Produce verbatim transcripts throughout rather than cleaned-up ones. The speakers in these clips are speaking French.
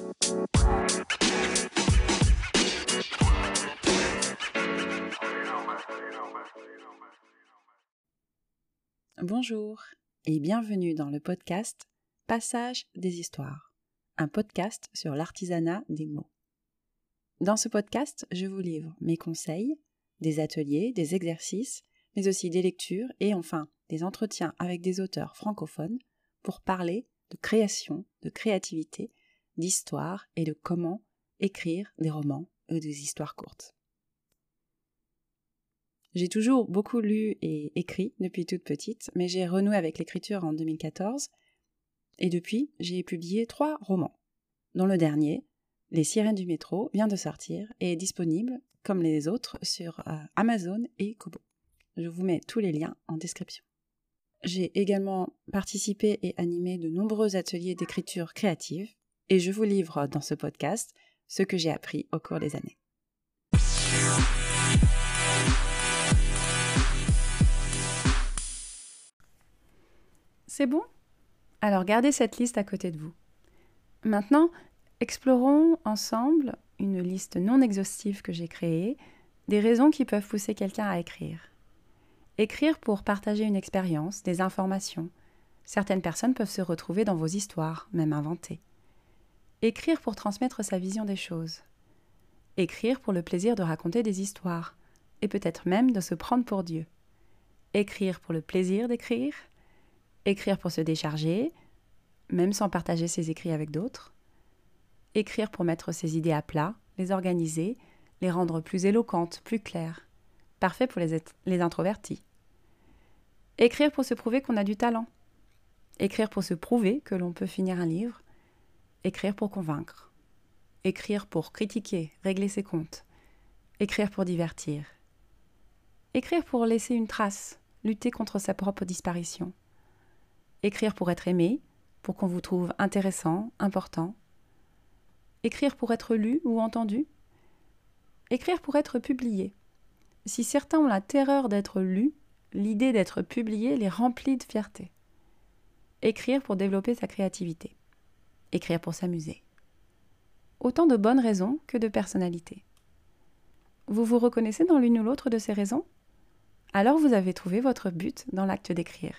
Bonjour et bienvenue dans le podcast Passage des histoires, un podcast sur l'artisanat des mots. Dans ce podcast, je vous livre mes conseils, des ateliers, des exercices, mais aussi des lectures et enfin des entretiens avec des auteurs francophones pour parler de création, de créativité, d'histoire et de comment écrire des romans ou des histoires courtes. J'ai toujours beaucoup lu et écrit depuis toute petite, mais j'ai renoué avec l'écriture en deux mille quatorze et depuis, j'ai publié trois romans, dont le dernier, Les Sirènes du métro, vient de sortir et est disponible, comme les autres, sur euh, Amazon et Kobo. Je vous mets tous les liens en description. J'ai également participé et animé de nombreux ateliers d'écriture créative et je vous livre dans ce podcast ce que j'ai appris au cours des années. C'est bon ? Alors gardez cette liste à côté de vous. Maintenant, explorons ensemble une liste non exhaustive que j'ai créée, des raisons qui peuvent pousser quelqu'un à écrire. Écrire pour partager une expérience, des informations. Certaines personnes peuvent se retrouver dans vos histoires, même inventées. Écrire pour transmettre sa vision des choses. Écrire pour le plaisir de raconter des histoires, et peut-être même de se prendre pour Dieu. Écrire pour le plaisir d'écrire. Écrire pour se décharger, même sans partager ses écrits avec d'autres. Écrire pour mettre ses idées à plat, les organiser, les rendre plus éloquentes, plus claires. Parfait pour les, les introvertis. Écrire pour se prouver qu'on a du talent. Écrire pour se prouver que l'on peut finir un livre. Écrire pour convaincre. Écrire pour critiquer, régler ses comptes. Écrire pour divertir. Écrire pour laisser une trace, lutter contre sa propre disparition. Écrire pour être aimé, pour qu'on vous trouve intéressant, important. Écrire pour être lu ou entendu. Écrire pour être publié. Si certains ont la terreur d'être lus, l'idée d'être publié les remplit de fierté. Écrire pour développer sa créativité. Écrire pour s'amuser. Autant de bonnes raisons que de personnalités. Vous vous reconnaissez dans l'une ou l'autre de ces raisons ? Alors vous avez trouvé votre but dans l'acte d'écrire.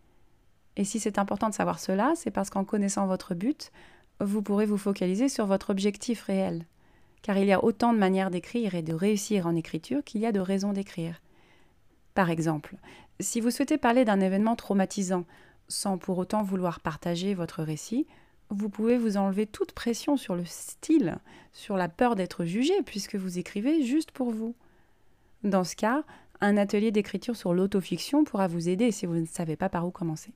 Et si c'est important de savoir cela, c'est parce qu'en connaissant votre but, vous pourrez vous focaliser sur votre objectif réel. Car il y a autant de manières d'écrire et de réussir en écriture qu'il y a de raisons d'écrire. Par exemple, si vous souhaitez parler d'un événement traumatisant, sans pour autant vouloir partager votre récit, vous pouvez vous enlever toute pression sur le style, sur la peur d'être jugé, puisque vous écrivez juste pour vous. Dans ce cas, un atelier d'écriture sur l'autofiction pourra vous aider si vous ne savez pas par où commencer.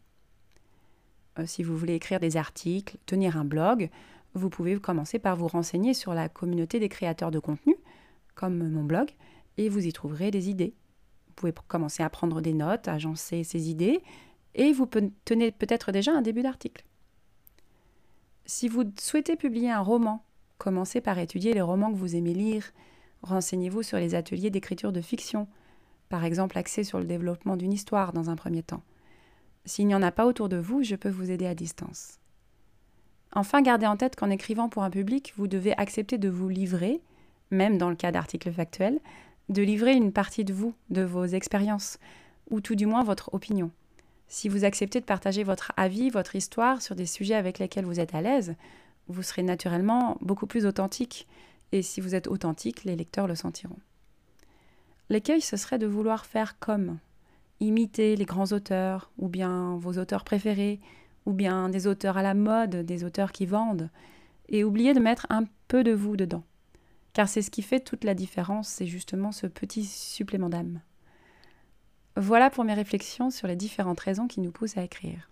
Si vous voulez écrire des articles, tenir un blog, vous pouvez commencer par vous renseigner sur la communauté des créateurs de contenu, comme mon blog, et vous y trouverez des idées. Vous pouvez commencer à prendre des notes, agencer ces idées, et vous tenez peut-être déjà un début d'article. Si vous souhaitez publier un roman, commencez par étudier les romans que vous aimez lire. Renseignez-vous sur les ateliers d'écriture de fiction, par exemple axés sur le développement d'une histoire dans un premier temps. S'il n'y en a pas autour de vous, je peux vous aider à distance. Enfin, gardez en tête qu'en écrivant pour un public, vous devez accepter de vous livrer, même dans le cas d'articles factuels, de livrer une partie de vous, de vos expériences, ou tout du moins votre opinion. Si vous acceptez de partager votre avis, votre histoire sur des sujets avec lesquels vous êtes à l'aise, vous serez naturellement beaucoup plus authentique. Et si vous êtes authentique, les lecteurs le sentiront. L'écueil, ce serait de vouloir faire comme, imiter les grands auteurs, ou bien vos auteurs préférés, ou bien des auteurs à la mode, des auteurs qui vendent, et oublier de mettre un peu de vous dedans. Car c'est ce qui fait toute la différence, c'est justement ce petit supplément d'âme. Voilà pour mes réflexions sur les différentes raisons qui nous poussent à écrire.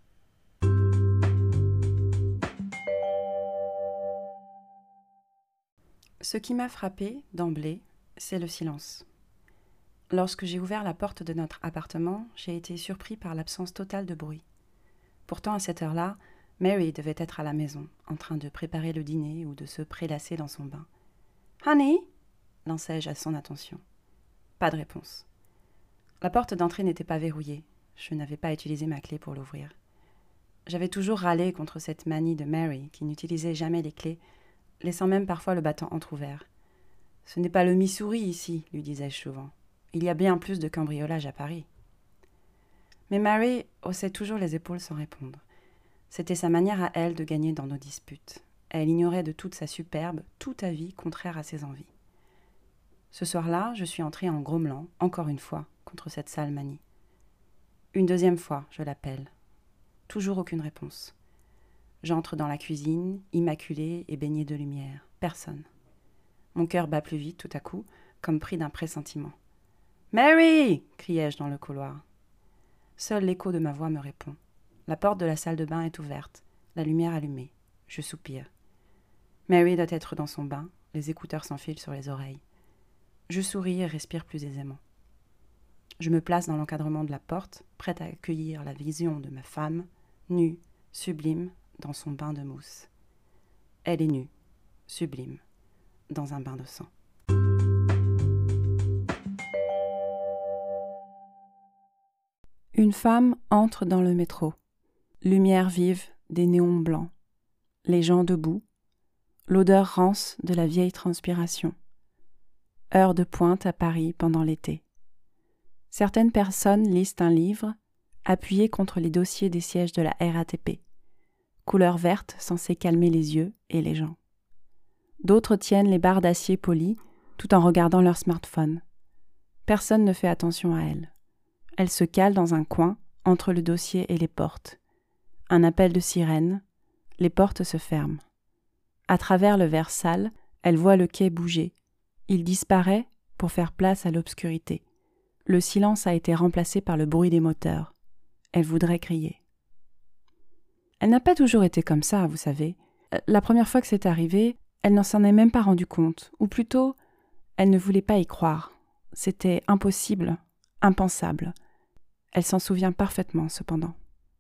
Ce qui m'a frappé d'emblée, c'est le silence. Lorsque j'ai ouvert la porte de notre appartement, j'ai été surpris par l'absence totale de bruit. Pourtant, à cette heure-là, Mary devait être à la maison, en train de préparer le dîner ou de se prélasser dans son bain. « Honey » lançai-je à son attention. Pas de réponse. La porte d'entrée n'était pas verrouillée. Je n'avais pas utilisé ma clé pour l'ouvrir. J'avais toujours râlé contre cette manie de Mary qui n'utilisait jamais les clés, laissant même parfois le battant entrouvert. « Ce n'est pas le Missouri ici, lui disais-je souvent. Il y a bien plus de cambriolage à Paris. » Mais Mary haussait toujours les épaules sans répondre. C'était sa manière à elle de gagner dans nos disputes. Elle ignorait de toute sa superbe tout avis contraire à ses envies. Ce soir-là, je suis entrée en grommelant, encore une fois, contre cette sale manie. Une deuxième fois, je l'appelle. Toujours aucune réponse. J'entre dans la cuisine, immaculée et baignée de lumière. Personne. Mon cœur bat plus vite tout à coup, comme pris d'un pressentiment. « Mary !» criai-je dans le couloir. Seul l'écho de ma voix me répond. La porte de la salle de bain est ouverte, la lumière allumée. Je soupire. Mary doit être dans son bain, les écouteurs s'enfilent sur les oreilles. Je souris et respire plus aisément. Je me place dans l'encadrement de la porte, prête à accueillir la vision de ma femme, nue, sublime, dans son bain de mousse. Elle est nue, sublime, dans un bain de sang. Une femme entre dans le métro. Lumière vive des néons blancs. Les gens debout. L'odeur rance de la vieille transpiration. Heure de pointe à Paris pendant l'été. Certaines personnes lisent un livre, appuyé contre les dossiers des sièges de la R A T P. Couleur verte censée calmer les yeux et les gens. D'autres tiennent les barres d'acier polies tout en regardant leur smartphone. Personne ne fait attention à elles. Elles se calent dans un coin entre le dossier et les portes. Un appel de sirène, les portes se ferment. À travers le verre sale, elle voit le quai bouger. Il disparaît pour faire place à l'obscurité. Le silence a été remplacé par le bruit des moteurs. Elle voudrait crier. Elle n'a pas toujours été comme ça, vous savez. La première fois que c'est arrivé, elle n'en s'en est même pas rendue compte. Ou plutôt, elle ne voulait pas y croire. C'était impossible, impensable. Elle s'en souvient parfaitement, cependant.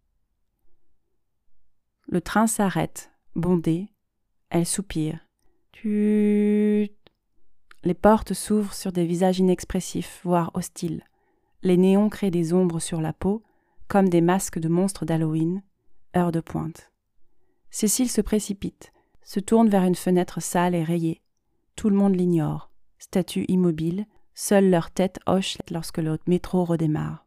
Le train s'arrête, bondé. Elle soupire. Tut. Les portes s'ouvrent sur des visages inexpressifs, voire hostiles. Les néons créent des ombres sur la peau, comme des masques de monstres d'Halloween. Heure de pointe. Cécile se précipite, se tourne vers une fenêtre sale et rayée. Tout le monde l'ignore. Statues immobiles, seule leur tête hoche lorsque le métro redémarre.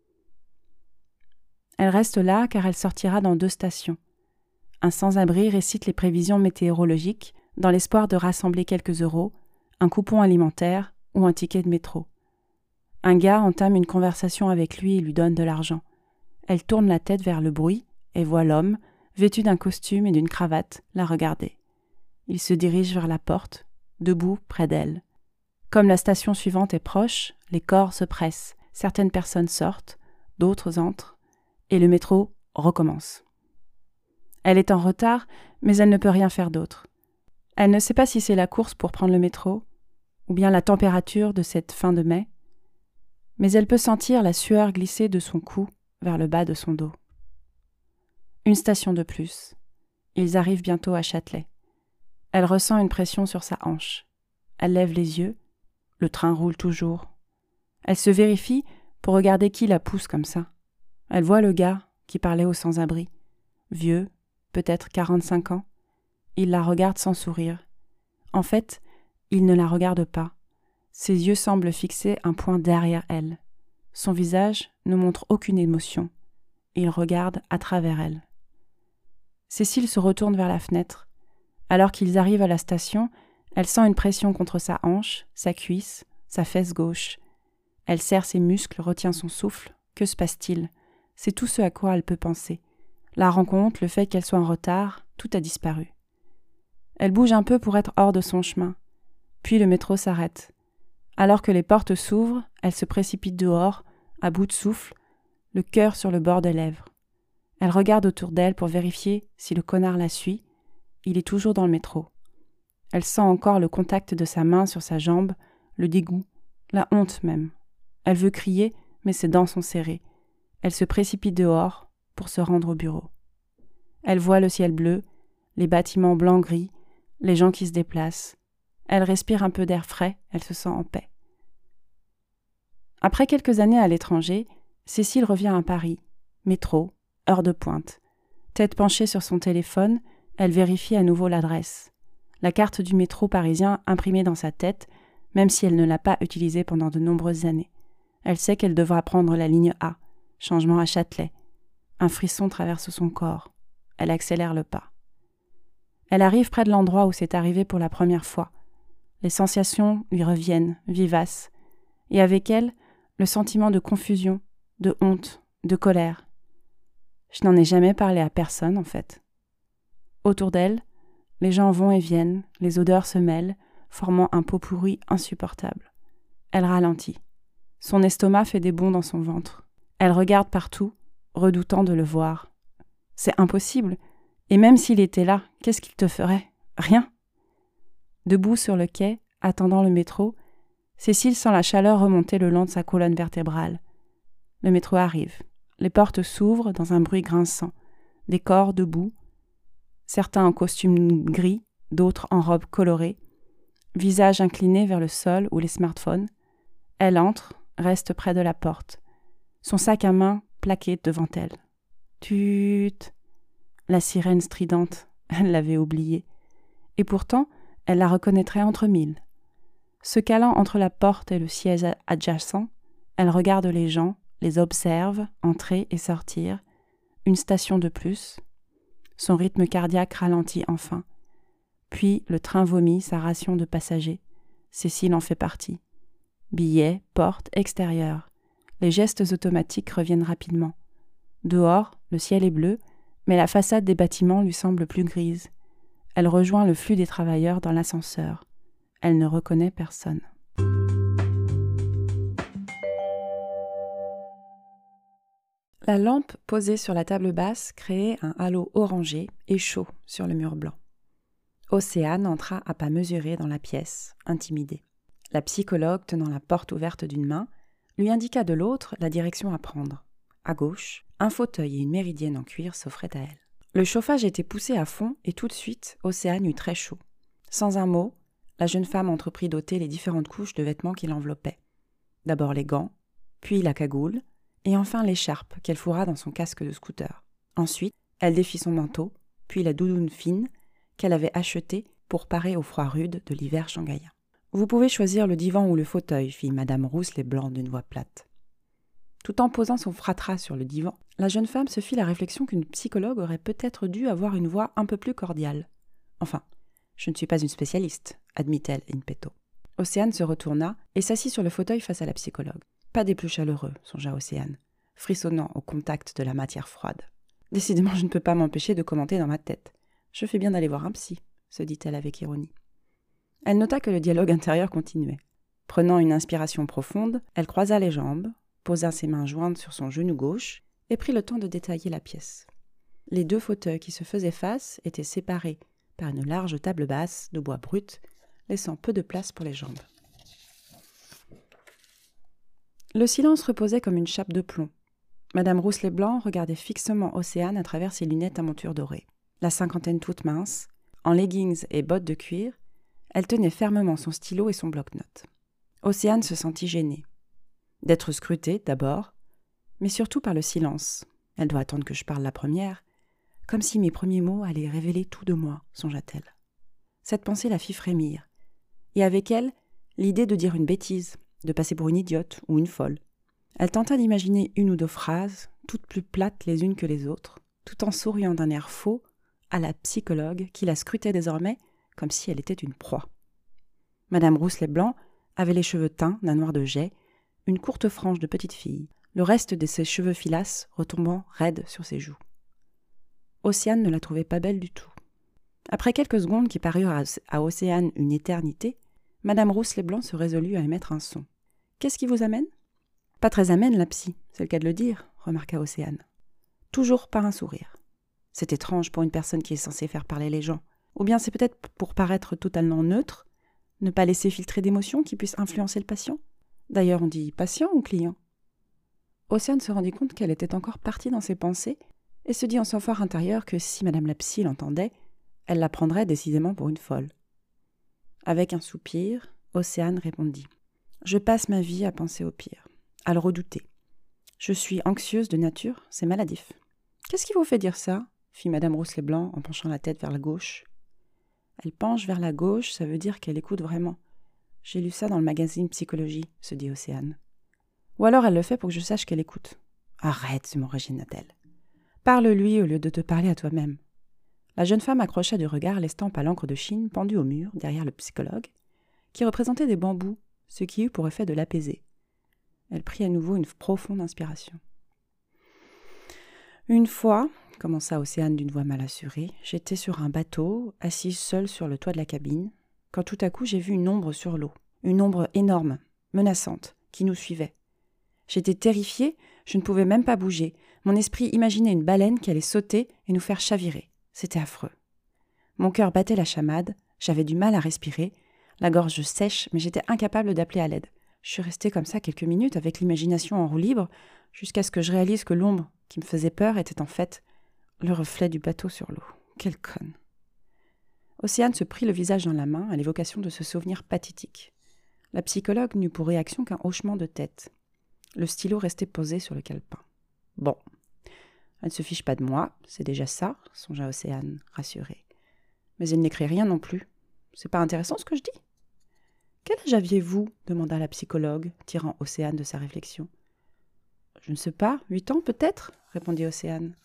Elle reste là car elle sortira dans deux stations. Un sans-abri récite les prévisions météorologiques dans l'espoir de rassembler quelques euros, un coupon alimentaire ou un ticket de métro. Un gars entame une conversation avec lui et lui donne de l'argent. Elle tourne la tête vers le bruit et voit l'homme, vêtu d'un costume et d'une cravate, la regarder. Il se dirige vers la porte, debout près d'elle. Comme la station suivante est proche, les corps se pressent, certaines personnes sortent, d'autres entrent, et le métro recommence. Elle est en retard, mais elle ne peut rien faire d'autre. Elle ne sait pas si c'est la course pour prendre le métro, ou bien la température de cette fin de mai, mais elle peut sentir la sueur glisser de son cou vers le bas de son dos. Une station de plus. Ils arrivent bientôt à Châtelet. Elle ressent une pression sur sa hanche. Elle lève les yeux. Le train roule toujours. Elle se vérifie pour regarder qui la pousse comme ça. Elle voit le gars qui parlait au sans-abri. Vieux, peut-être quarante-cinq ans. Il la regarde sans sourire. En fait, il ne la regarde pas. Ses yeux semblent fixer un point derrière elle. Son visage ne montre aucune émotion. Il regarde à travers elle. Cécile se retourne vers la fenêtre. Alors qu'ils arrivent à la station, elle sent une pression contre sa hanche, sa cuisse, sa fesse gauche. Elle serre ses muscles, retient son souffle. Que se passe-t-il ? C'est tout ce à quoi elle peut penser. La rencontre, le fait qu'elle soit en retard, tout a disparu. Elle bouge un peu pour être hors de son chemin. Puis le métro s'arrête. Alors que les portes s'ouvrent, elle se précipite dehors, à bout de souffle, le cœur sur le bord des lèvres. Elle regarde autour d'elle pour vérifier si le connard la suit. Il est toujours dans le métro. Elle sent encore le contact de sa main sur sa jambe, le dégoût, la honte même. Elle veut crier, mais ses dents sont serrées. Elle se précipite dehors pour se rendre au bureau. Elle voit le ciel bleu, les bâtiments blancs-gris, les gens qui se déplacent. Elle respire un peu d'air frais, elle se sent en paix. Après quelques années à l'étranger, Cécile revient à Paris. Métro, heure de pointe. Tête penchée sur son téléphone, elle vérifie à nouveau l'adresse. La carte du métro parisien imprimée dans sa tête, même si elle ne l'a pas utilisée pendant de nombreuses années. Elle sait qu'elle devra prendre la ligne A, changement à Châtelet. Un frisson traverse son corps. Elle accélère le pas. Elle arrive près de l'endroit où c'est arrivé pour la première fois. Les sensations lui reviennent, vivaces, et avec elles, le sentiment de confusion, de honte, de colère. Je n'en ai jamais parlé à personne, en fait. Autour d'elle, les gens vont et viennent, les odeurs se mêlent, formant un pot pourri insupportable. Elle ralentit. Son estomac fait des bonds dans son ventre. Elle regarde partout, redoutant de le voir. C'est impossible. Et même s'il était là, qu'est-ce qu'il te ferait ? Rien. Debout sur le quai, attendant le métro, Cécile sent la chaleur remonter le long de sa colonne vertébrale. Le métro arrive. Les portes s'ouvrent dans un bruit grinçant. Des corps debout, certains en costume gris, d'autres en robe colorée, visage incliné vers le sol ou les smartphones. Elle entre, reste près de la porte, son sac à main plaqué devant elle. Tut. La sirène stridente, elle l'avait oubliée. Et pourtant, elle la reconnaîtrait entre mille. Se calant entre la porte et le siège adjacent, elle regarde les gens, les observe, entrer et sortir. Une station de plus. Son rythme cardiaque ralentit enfin. Puis le train vomit sa ration de passagers. Cécile en fait partie. Billets, porte, extérieur. Les gestes automatiques reviennent rapidement. Dehors, le ciel est bleu, mais la façade des bâtiments lui semble plus grise. Elle rejoint le flux des travailleurs dans l'ascenseur. Elle ne reconnaît personne. La lampe posée sur la table basse créait un halo orangé et chaud sur le mur blanc. Océane entra à pas mesurés dans la pièce, intimidée. La psychologue, tenant la porte ouverte d'une main, lui indiqua de l'autre la direction à prendre. À gauche, un fauteuil et une méridienne en cuir s'offraient à elle. Le chauffage était poussé à fond et tout de suite, Océane eut très chaud. Sans un mot, la jeune femme entreprit d'ôter les différentes couches de vêtements qui l'enveloppaient. D'abord les gants, puis la cagoule, et enfin l'écharpe qu'elle fourra dans son casque de scooter. Ensuite, elle défit son manteau, puis la doudoune fine qu'elle avait achetée pour parer au froid rude de l'hiver shanghaïen. « Vous pouvez choisir le divan ou le fauteuil », fit Madame Rousselet-Blanc d'une voix plate. Tout en posant son fratras sur le divan, la jeune femme se fit la réflexion qu'une psychologue aurait peut-être dû avoir une voix un peu plus cordiale. Enfin, je ne suis pas une spécialiste, admit-elle in petto. Océane se retourna et s'assit sur le fauteuil face à la psychologue. Pas des plus chaleureux, songea Océane, frissonnant au contact de la matière froide. Décidément, je ne peux pas m'empêcher de commenter dans ma tête. Je fais bien d'aller voir un psy, se dit-elle avec ironie. Elle nota que le dialogue intérieur continuait. Prenant une inspiration profonde, elle croisa les jambes, posa ses mains jointes sur son genou gauche et prit le temps de détailler la pièce. Les deux fauteuils qui se faisaient face étaient séparés par une large table basse de bois brut, laissant peu de place pour les jambes. Le silence reposait comme une chape de plomb. Madame Rousselet-Blanc regardait fixement Océane à travers ses lunettes à monture dorée. La cinquantaine toute mince, en leggings et bottes de cuir, elle tenait fermement son stylo et son bloc-notes. Océane se sentit gênée. D'être scrutée, d'abord, mais surtout par le silence. Elle doit attendre que je parle la première, comme si mes premiers mots allaient révéler tout de moi, songea-t-elle. Cette pensée la fit frémir, et avec elle, l'idée de dire une bêtise, de passer pour une idiote ou une folle. Elle tenta d'imaginer une ou deux phrases, toutes plus plates les unes que les autres, tout en souriant d'un air faux à la psychologue qui la scrutait désormais comme si elle était une proie. Madame Rousselet-Blanc avait les cheveux teints d'un noir de jais, une courte frange de petite fille, le reste de ses cheveux filasses retombant raides sur ses joues. Océane ne la trouvait pas belle du tout. Après quelques secondes qui parurent à Océane une éternité, Madame Rousselet-Blanc se résolut à émettre un son. « Qu'est-ce qui vous amène ?»« Pas très amène, la psy, c'est le cas de le dire, » remarqua Océane. Toujours par un sourire. C'est étrange pour une personne qui est censée faire parler les gens. Ou bien c'est peut-être pour paraître totalement neutre, ne pas laisser filtrer d'émotions qui puissent influencer le patient. D'ailleurs, on dit patient ou client. Océane se rendit compte qu'elle était encore partie dans ses pensées et se dit en son fort intérieur que si Madame la psy l'entendait, elle la prendrait décidément pour une folle. Avec un soupir, Océane répondit « Je passe ma vie à penser au pire, à le redouter. Je suis anxieuse de nature, c'est maladif. »« Qu'est-ce qui vous fait dire ça ?» fit Madame Rousselet-Blanc en penchant la tête vers la gauche. Elle penche vers la gauche, ça veut dire qu'elle écoute vraiment. J'ai lu ça dans le magazine Psychologie, se dit Océane. Ou alors elle le fait pour que je sache qu'elle écoute. Arrête, se moragina-t-elle. Parle-lui au lieu de te parler à toi-même. La jeune femme accrocha du regard l'estampe à l'encre de Chine pendue au mur, derrière le psychologue, qui représentait des bambous, ce qui eut pour effet de l'apaiser. Elle prit à nouveau une profonde inspiration. Une fois, commença Océane d'une voix mal assurée, j'étais sur un bateau, assise seule sur le toit de la cabine, quand tout à coup j'ai vu une ombre sur l'eau, une ombre énorme, menaçante, qui nous suivait. J'étais terrifiée, je ne pouvais même pas bouger. Mon esprit imaginait une baleine qui allait sauter et nous faire chavirer. C'était affreux. Mon cœur battait la chamade, j'avais du mal à respirer, la gorge sèche, mais j'étais incapable d'appeler à l'aide. Je suis restée comme ça quelques minutes avec l'imagination en roue libre, jusqu'à ce que je réalise que l'ombre qui me faisait peur était en fait le reflet du bateau sur l'eau. Quelle conne. Océane se prit le visage dans la main à l'évocation de ce souvenir pathétique. La psychologue n'eut pour réaction qu'un hochement de tête. Le stylo restait posé sur le calepin. Bon, elle ne se fiche pas de moi, c'est déjà ça, songea Océane, rassurée. Mais elle n'écrit rien non plus. C'est pas intéressant ce que je dis ? Quel âge aviez-vous ? Demanda la psychologue, tirant Océane de sa réflexion. Je ne sais pas, huit ans peut-être ? Répondit Océane.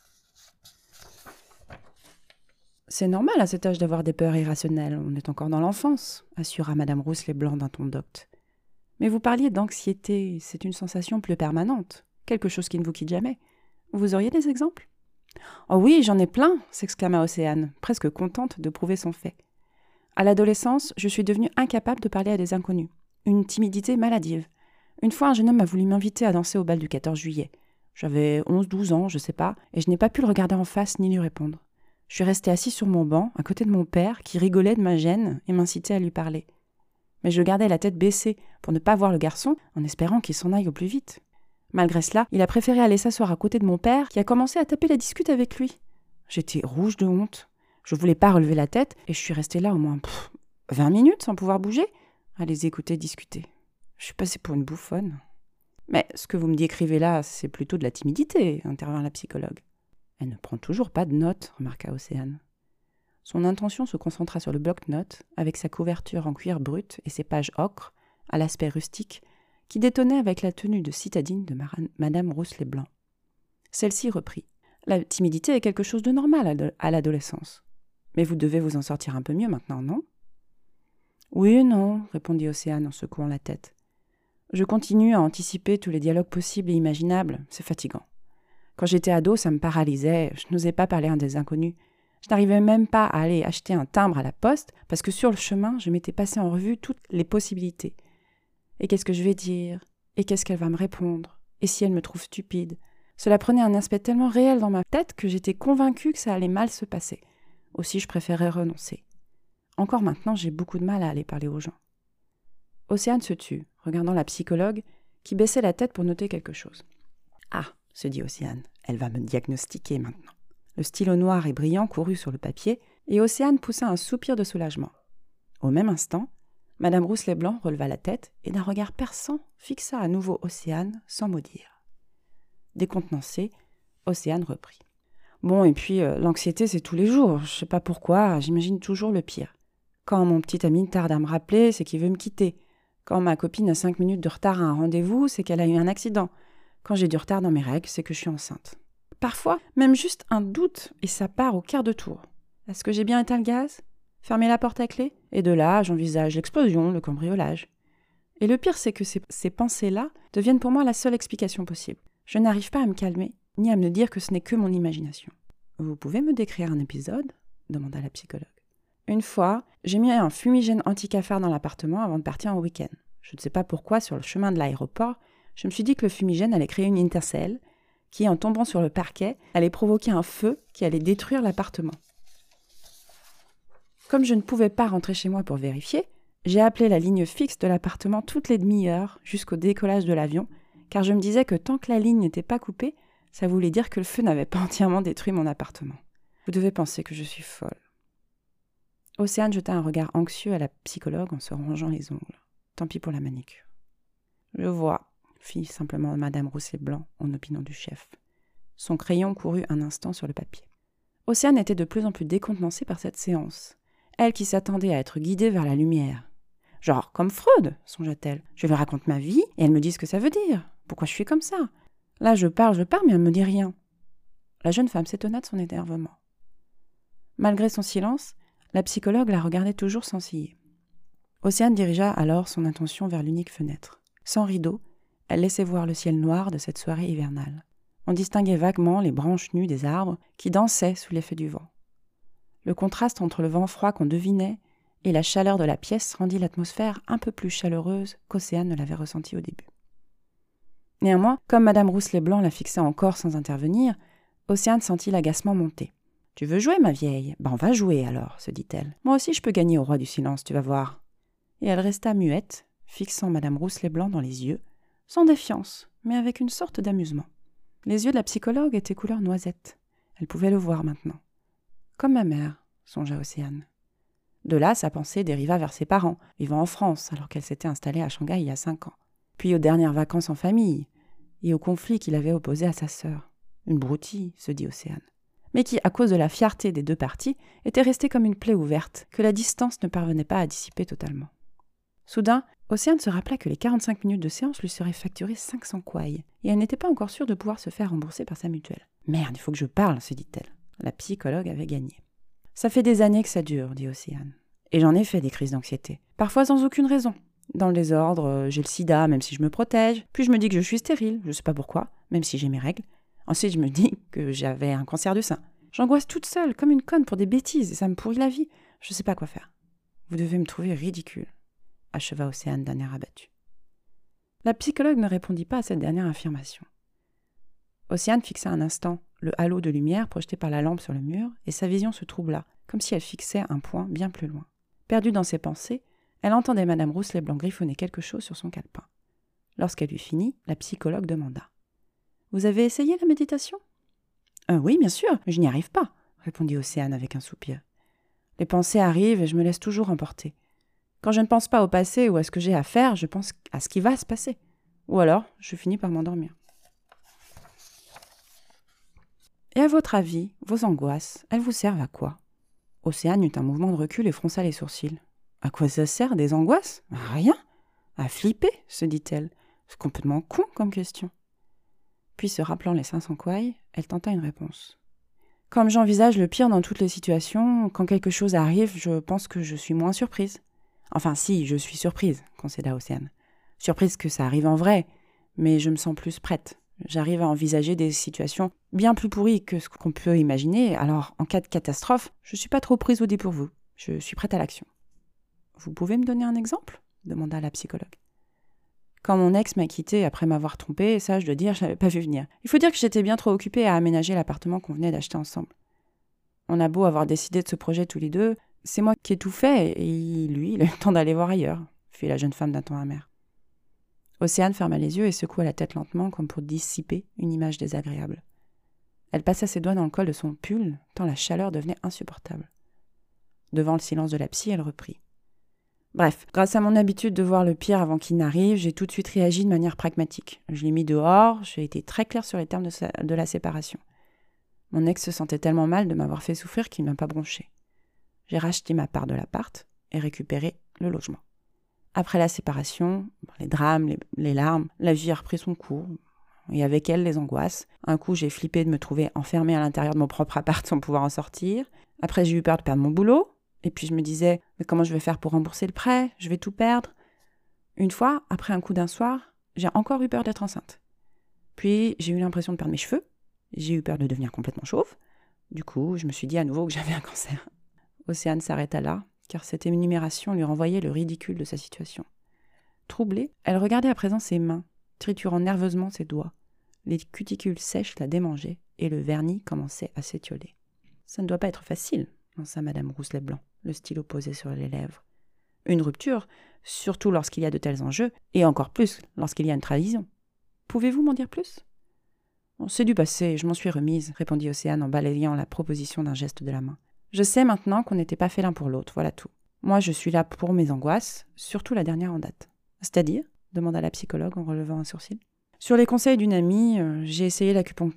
C'est normal à cet âge d'avoir des peurs irrationnelles, on est encore dans l'enfance, assura Madame Rousselet-Blanc d'un ton docte. Mais vous parliez d'anxiété, c'est une sensation plus permanente, quelque chose qui ne vous quitte jamais. Vous auriez des exemples ? Oh oui, j'en ai plein, s'exclama Océane, presque contente de prouver son fait. À l'adolescence, je suis devenue incapable de parler à des inconnus. Une timidité maladive. Une fois, un jeune homme a voulu m'inviter à danser au bal du quatorze juillet. J'avais onze douze ans, je sais pas, et je n'ai pas pu le regarder en face ni lui répondre. Je suis restée assise sur mon banc, à côté de mon père, qui rigolait de ma gêne et m'incitait à lui parler. Mais je gardais la tête baissée pour ne pas voir le garçon, en espérant qu'il s'en aille au plus vite. Malgré cela, il a préféré aller s'asseoir à côté de mon père, qui a commencé à taper la discute avec lui. J'étais rouge de honte. Je voulais pas relever la tête, et je suis restée là au moins pff, vingt minutes sans pouvoir bouger, à les écouter discuter. Je suis passée pour une bouffonne. Mais ce que vous me décrivez là, c'est plutôt de la timidité, intervint la psychologue. Elle ne prend toujours pas de notes, remarqua Océane. Son intention se concentra sur le bloc-notes, avec sa couverture en cuir brut et ses pages ocre, à l'aspect rustique, qui détonnait avec la tenue de citadine de Madame Rousselet-Blanc. Celle-ci reprit. La timidité est quelque chose de normal à l'adolescence. Mais vous devez vous en sortir un peu mieux maintenant, non ? Oui et non, répondit Océane en secouant la tête. Je continue à anticiper tous les dialogues possibles et imaginables, c'est fatigant. Quand j'étais ado, ça me paralysait, je n'osais pas parler à des inconnus. Je n'arrivais même pas à aller acheter un timbre à la poste parce que sur le chemin, je m'étais passé en revue toutes les possibilités. Et qu'est-ce que je vais dire ? Et qu'est-ce qu'elle va me répondre ? Et si elle me trouve stupide ? Cela prenait un aspect tellement réel dans ma tête que j'étais convaincue que ça allait mal se passer. Aussi, je préférais renoncer. Encore maintenant, j'ai beaucoup de mal à aller parler aux gens. Océane se tut, regardant la psychologue, qui baissait la tête pour noter quelque chose. « Ah !» se dit Océane, « elle va me diagnostiquer maintenant. » Le stylo noir et brillant courut sur le papier, et Océane poussa un soupir de soulagement. Au même instant, Madame Rousselet-Blanc releva la tête et d'un regard perçant fixa à nouveau Océane sans mot dire. Décontenancée, Océane reprit. « Bon, et puis, euh, l'anxiété, c'est tous les jours. Je sais pas pourquoi, j'imagine toujours le pire. Quand mon petit ami tarde à me rappeler, c'est qu'il veut me quitter. Quand ma copine a cinq minutes de retard à un rendez-vous, c'est qu'elle a eu un accident. Quand j'ai du retard dans mes règles, c'est que je suis enceinte. Parfois, même juste un doute, et ça part au quart de tour. Est-ce que j'ai bien éteint le gaz ? Fermé la porte à clé ? Et de là, j'envisage l'explosion, le cambriolage. Et le pire, c'est que ces, ces pensées-là deviennent pour moi la seule explication possible. Je n'arrive pas à me calmer, ni à me dire que ce n'est que mon imagination. Vous pouvez me décrire un épisode ? Demanda la psychologue. Une fois, j'ai mis un fumigène anti-cafard dans l'appartement avant de partir en week-end. Je ne sais pas pourquoi, sur le chemin de l'aéroport, je me suis dit que le fumigène allait créer une intercelle qui, en tombant sur le parquet, allait provoquer un feu qui allait détruire l'appartement. Comme je ne pouvais pas rentrer chez moi pour vérifier, j'ai appelé la ligne fixe de l'appartement toutes les demi-heures jusqu'au décollage de l'avion, car je me disais que tant que la ligne n'était pas coupée, ça voulait dire que le feu n'avait pas entièrement détruit mon appartement. Vous devez penser que je suis folle. Océane jeta un regard anxieux à la psychologue en se rongeant les ongles. Tant pis pour la manicure. Je vois, fit simplement Madame Rousselet-Blanc en opinant du chef. Son crayon courut un instant sur le papier. Océane était de plus en plus décontenancée par cette séance. Elle qui s'attendait à être guidée vers la lumière. Genre, comme Freud, songea-t-elle. Je lui raconte ma vie et elle me dit ce que ça veut dire. Pourquoi je suis comme ça? Là, je parle, je parle, mais elle me dit rien. La jeune femme s'étonna de son énervement. Malgré son silence, la psychologue la regardait toujours sans ciller. Océane dirigea alors son attention vers l'unique fenêtre. Sans rideau, elle laissait voir le ciel noir de cette soirée hivernale. On distinguait vaguement les branches nues des arbres qui dansaient sous l'effet du vent. Le contraste entre le vent froid qu'on devinait et la chaleur de la pièce rendit l'atmosphère un peu plus chaleureuse qu'Océane ne l'avait ressentie au début. Néanmoins, comme Madame Rousselet-Blanc la fixait encore sans intervenir, Océane sentit l'agacement monter. « Tu veux jouer, ma vieille ? Ben, on va jouer alors, se dit-elle. Moi aussi, je peux gagner au roi du silence, tu vas voir. » Et elle resta muette, fixant Madame Rousselet-Blanc dans les yeux, sans défiance, mais avec une sorte d'amusement. Les yeux de la psychologue étaient couleur noisette. Elle pouvait le voir maintenant. Comme ma mère, songea Océane. De là, sa pensée dériva vers ses parents, vivant en France, alors qu'elle s'était installée à Shanghai il y a cinq ans. Puis aux dernières vacances en famille, et au conflit qu'il avait opposé à sa sœur. Une broutille, se dit Océane. Mais qui, à cause de la fierté des deux parties, était restée comme une plaie ouverte, que la distance ne parvenait pas à dissiper totalement. Soudain, Océane se rappela que les quarante-cinq minutes de séance lui seraient facturées cinq cents kouaïs, et elle n'était pas encore sûre de pouvoir se faire rembourser par sa mutuelle. « Merde, il faut que je parle, se dit-elle. » La psychologue avait gagné. « Ça fait des années que ça dure, dit Océane. Et j'en ai fait des crises d'anxiété. Parfois sans aucune raison. Dans le désordre, euh, j'ai le sida, même si je me protège. Puis je me dis que je suis stérile, je sais pas pourquoi, même si j'ai mes règles. Ensuite, je me dis que j'avais un cancer du sein. J'angoisse toute seule, comme une conne pour des bêtises, et ça me pourrit la vie. Je sais pas quoi faire. Vous devez me trouver ridicule, acheva Océane d'un air abattu. La psychologue ne répondit pas à cette dernière affirmation. Océane fixa un instant le halo de lumière projeté par la lampe sur le mur, et sa vision se troubla, comme si elle fixait un point bien plus loin. Perdue dans ses pensées, elle entendait Madame Rousselet-Blanc griffonner quelque chose sur son calepin. Lorsqu'elle eut fini, la psychologue demanda. « Vous avez essayé la méditation ?»« euh, Oui, bien sûr, mais je n'y arrive pas, » répondit Océane avec un soupir. « Les pensées arrivent et je me laisse toujours emporter. Quand je ne pense pas au passé ou à ce que j'ai à faire, je pense à ce qui va se passer. Ou alors, je finis par m'endormir. » Et à votre avis, vos angoisses, elles vous servent à quoi ? Océane eut un mouvement de recul et fronça les sourcils. « À quoi ça sert, des angoisses ? À rien. À flipper, se dit-elle. C'est complètement con comme question. » Puis, se rappelant les cinq cents kouaïs, elle tenta une réponse. « Comme j'envisage le pire dans toutes les situations, quand quelque chose arrive, je pense que je suis moins surprise. » Enfin, si, je suis surprise, concéda Océane. Surprise que ça arrive en vrai, mais je me sens plus prête. J'arrive à envisager des situations bien plus pourries que ce qu'on peut imaginer, alors en cas de catastrophe, je suis pas trop prise au dépourvu. Je suis prête à l'action. « Vous pouvez me donner un exemple ?» demanda la psychologue. « Quand mon ex m'a quittée après m'avoir trompée, ça, je dois dire, je l'avais pas vu venir. Il faut dire que j'étais bien trop occupée à aménager l'appartement qu'on venait d'acheter ensemble. On a beau avoir décidé de ce projet tous les deux, c'est moi qui ai tout fait, et lui, il a eu le temps d'aller voir ailleurs, » fit la jeune femme d'un ton amer. Océane ferma les yeux et secoua la tête lentement comme pour dissiper une image désagréable. Elle passa ses doigts dans le col de son pull, tant la chaleur devenait insupportable. Devant le silence de la psy, elle reprit. Bref, grâce à mon habitude de voir le pire avant qu'il n'arrive, j'ai tout de suite réagi de manière pragmatique. Je l'ai mis dehors, j'ai été très claire sur les termes de, sa, de la séparation. Mon ex se sentait tellement mal de m'avoir fait souffrir qu'il ne m'a pas bronché. J'ai racheté ma part de l'appart et récupéré le logement. Après la séparation, les drames, les, les larmes, la vie a repris son cours. Et avec elle, les angoisses. Un coup, j'ai flippé de me trouver enfermée à l'intérieur de mon propre appart sans pouvoir en sortir. Après, j'ai eu peur de perdre mon boulot. Et puis, je me disais, mais comment je vais faire pour rembourser le prêt ? Je vais tout perdre. Une fois, après un coup d'un soir, j'ai encore eu peur d'être enceinte. Puis, j'ai eu l'impression de perdre mes cheveux. J'ai eu peur de devenir complètement chauve. Du coup, je me suis dit à nouveau que j'avais un cancer. Océane s'arrêta là, car cette énumération lui renvoyait le ridicule de sa situation. Troublée, elle regardait à présent ses mains, triturant nerveusement ses doigts. Les cuticules sèches la démangeaient, et le vernis commençait à s'étioler. « Ça ne doit pas être facile, » lança Madame Rousselet-Blanc, le stylo posé sur les lèvres. « Une rupture, surtout lorsqu'il y a de tels enjeux, et encore plus lorsqu'il y a une trahison. Pouvez-vous m'en dire plus ?»« C'est du passé, je m'en suis remise, » répondit Océane en balayant la proposition d'un geste de la main. « Je sais maintenant qu'on n'était pas fait l'un pour l'autre, voilà tout. Moi, je suis là pour mes angoisses, surtout la dernière en date. »« C'est-à-dire ?» demanda la psychologue en relevant un sourcil. « Sur les conseils d'une amie, euh, j'ai essayé l'acupuncture.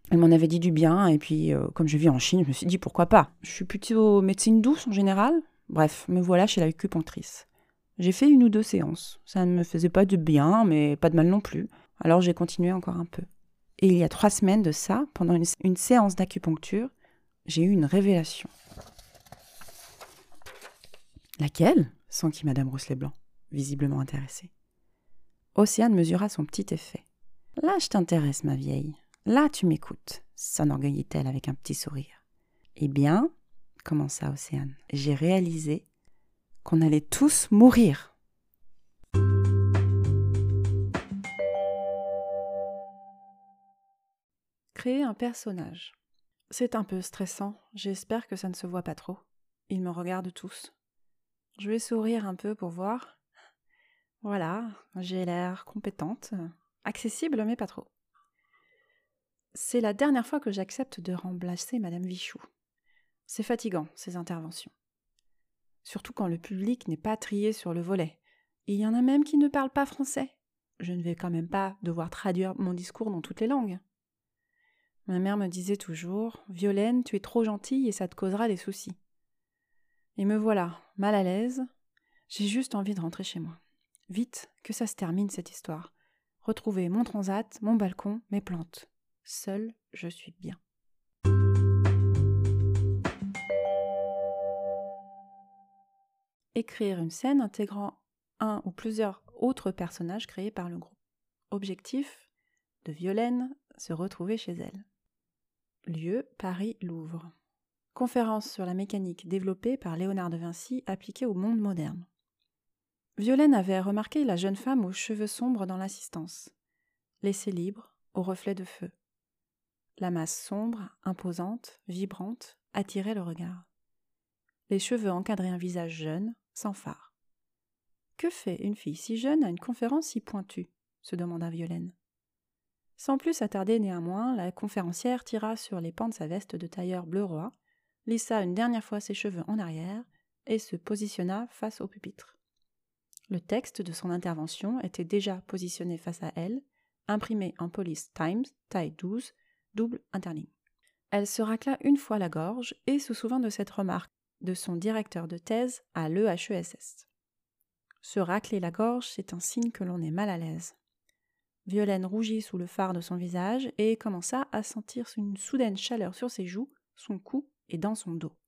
Elle m'en avait dit du bien, et puis euh, comme je vis en Chine, je me suis dit pourquoi pas. Je suis plutôt médecine douce en général. Bref, me voilà chez l'acupunctrice. J'ai fait une ou deux séances. Ça ne me faisait pas de bien, mais pas de mal non plus. Alors j'ai continué encore un peu. Et il y a trois semaines de ça, pendant une, une séance d'acupuncture, j'ai eu une révélation. Laquelle ? S'enquit Madame Rousselet-Blanc, visiblement intéressée. Océane mesura son petit effet. Là, je t'intéresse, ma vieille. Là, tu m'écoutes, s'enorgueillit-elle avec un petit sourire. Eh bien, commença Océane, j'ai réalisé qu'on allait tous mourir. Créer un personnage. C'est un peu stressant, j'espère que ça ne se voit pas trop. Ils me regardent tous. Je vais sourire un peu pour voir. Voilà, j'ai l'air compétente, accessible mais pas trop. C'est la dernière fois que j'accepte de remplacer Madame Vichou. C'est fatigant, ces interventions. Surtout quand le public n'est pas trié sur le volet. Il y en a même qui ne parlent pas français. Je ne vais quand même pas devoir traduire mon discours dans toutes les langues. Ma mère me disait toujours « Violaine, tu es trop gentille et ça te causera des soucis. » Et me voilà, mal à l'aise. J'ai juste envie de rentrer chez moi. Vite, que ça se termine cette histoire. Retrouver mon transat, mon balcon, mes plantes. Seule, je suis bien. Écrire une scène intégrant un ou plusieurs autres personnages créés par le groupe. Objectif, de Violaine se retrouver chez elle. Lieu, Paris-Louvre. Conférence sur la mécanique développée par Léonard de Vinci appliquée au monde moderne. Violaine avait remarqué la jeune femme aux cheveux sombres dans l'assistance, laissée libre, au reflet de feu. La masse sombre, imposante, vibrante, attirait le regard. Les cheveux encadraient un visage jeune, sans fard. « Que fait une fille si jeune à une conférence si pointue ?» se demanda Violaine. Sans plus s'attarder néanmoins, la conférencière tira sur les pans de sa veste de tailleur bleu roi, lissa une dernière fois ses cheveux en arrière et se positionna face au pupitre. Le texte de son intervention était déjà positionné face à elle, imprimé en police Times, taille douze, double interligne. Elle se racla une fois la gorge et se souvint de cette remarque de son directeur de thèse à l'E H E S S. Se racler la gorge, c'est un signe que l'on est mal à l'aise. Violaine rougit sous le fard de son visage et commença à sentir une soudaine chaleur sur ses joues, son cou et dans son dos.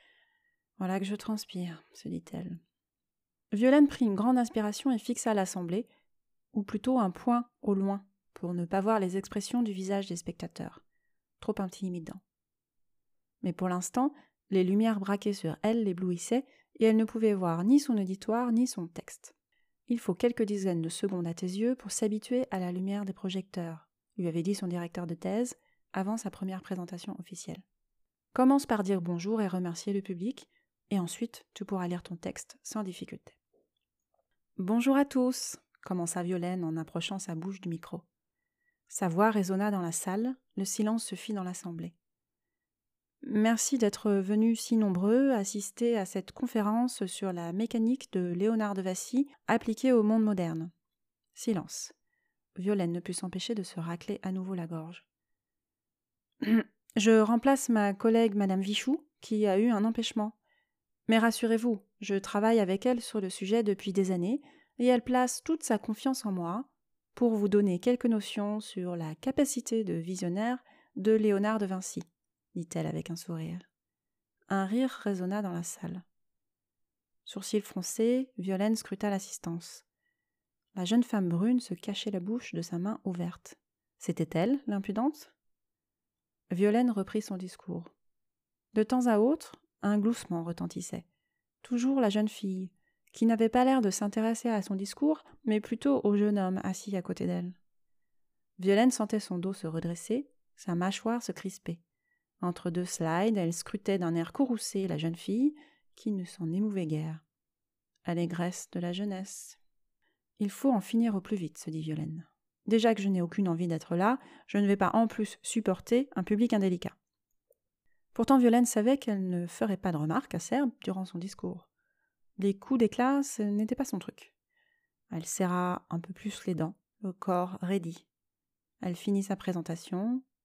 « Voilà que je transpire », se dit-elle. Violaine prit une grande inspiration et fixa l'assemblée, ou plutôt un point au loin, pour ne pas voir les expressions du visage des spectateurs, trop intimidant. Mais pour l'instant, les lumières braquées sur elle l'éblouissaient et elle ne pouvait voir ni son auditoire ni son texte. « Il faut quelques dizaines de secondes à tes yeux pour s'habituer à la lumière des projecteurs », lui avait dit son directeur de thèse avant sa première présentation officielle. « Commence par dire bonjour et remercier le public, et ensuite tu pourras lire ton texte sans difficulté. » « Bonjour à tous », commença Violaine en approchant sa bouche du micro. Sa voix résonna dans la salle, le silence se fit dans l'assemblée. « Merci d'être venus si nombreux assister à cette conférence sur la mécanique de Léonard de Vinci appliquée au monde moderne. » Silence. Violaine ne put s'empêcher de se racler à nouveau la gorge. « Je remplace ma collègue Madame Vichou, qui a eu un empêchement. Mais rassurez-vous, je travaille avec elle sur le sujet depuis des années et elle place toute sa confiance en moi pour vous donner quelques notions sur la capacité de visionnaire de Léonard de Vinci, dit-elle avec un sourire. Un rire résonna dans la salle. Sourcils froncés, Violaine scruta l'assistance. La jeune femme brune se cachait la bouche de sa main ouverte. C'était elle, l'impudente ? Violaine reprit son discours. De temps à autre, un gloussement retentissait. Toujours la jeune fille, qui n'avait pas l'air de s'intéresser à son discours, mais plutôt au jeune homme assis à côté d'elle. Violaine sentait son dos se redresser, sa mâchoire se crisper. Entre deux slides, elle scrutait d'un air courroucé la jeune fille, qui ne s'en émouvait guère. Allégresse de la jeunesse. Il faut en finir au plus vite, se dit Violaine. Déjà que je n'ai aucune envie d'être là, je ne vais pas en plus supporter un public indélicat. Pourtant, Violaine savait qu'elle ne ferait pas de remarques acerbes durant son discours. Les coups d'éclat, ce n'était pas son truc. Elle serra un peu plus les dents, le corps raidi. Elle finit sa présentation,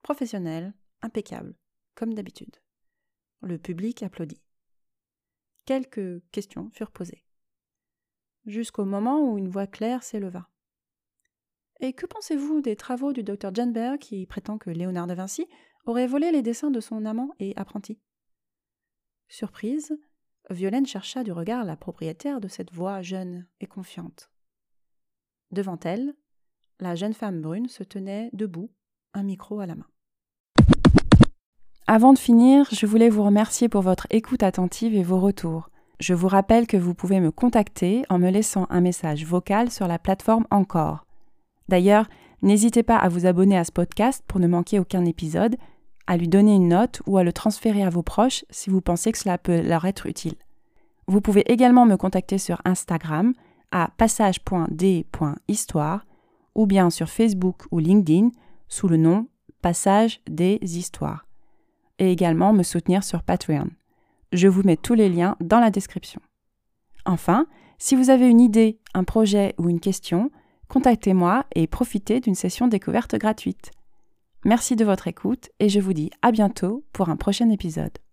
professionnel, impeccable, comme d'habitude. Le public applaudit. Quelques questions furent posées, jusqu'au moment où une voix claire s'éleva. « Et que pensez-vous des travaux du docteur Janber qui prétend que Léonard de Vinci aurait volé les dessins de son amant et apprenti ?» Surprise, Violaine chercha du regard la propriétaire de cette voix jeune et confiante. Devant elle, la jeune femme brune se tenait debout, un micro à la main. Avant de finir, je voulais vous remercier pour votre écoute attentive et vos retours. Je vous rappelle que vous pouvez me contacter en me laissant un message vocal sur la plateforme Encore. D'ailleurs, n'hésitez pas à vous abonner à ce podcast pour ne manquer aucun épisode, à lui donner une note ou à le transférer à vos proches si vous pensez que cela peut leur être utile. Vous pouvez également me contacter sur Instagram à passage point d point histoire ou bien sur Facebook ou LinkedIn sous le nom Passage des Histoires. Et également me soutenir sur Patreon. Je vous mets tous les liens dans la description. Enfin, si vous avez une idée, un projet ou une question, contactez-moi et profitez d'une session découverte gratuite. Merci de votre écoute et je vous dis à bientôt pour un prochain épisode.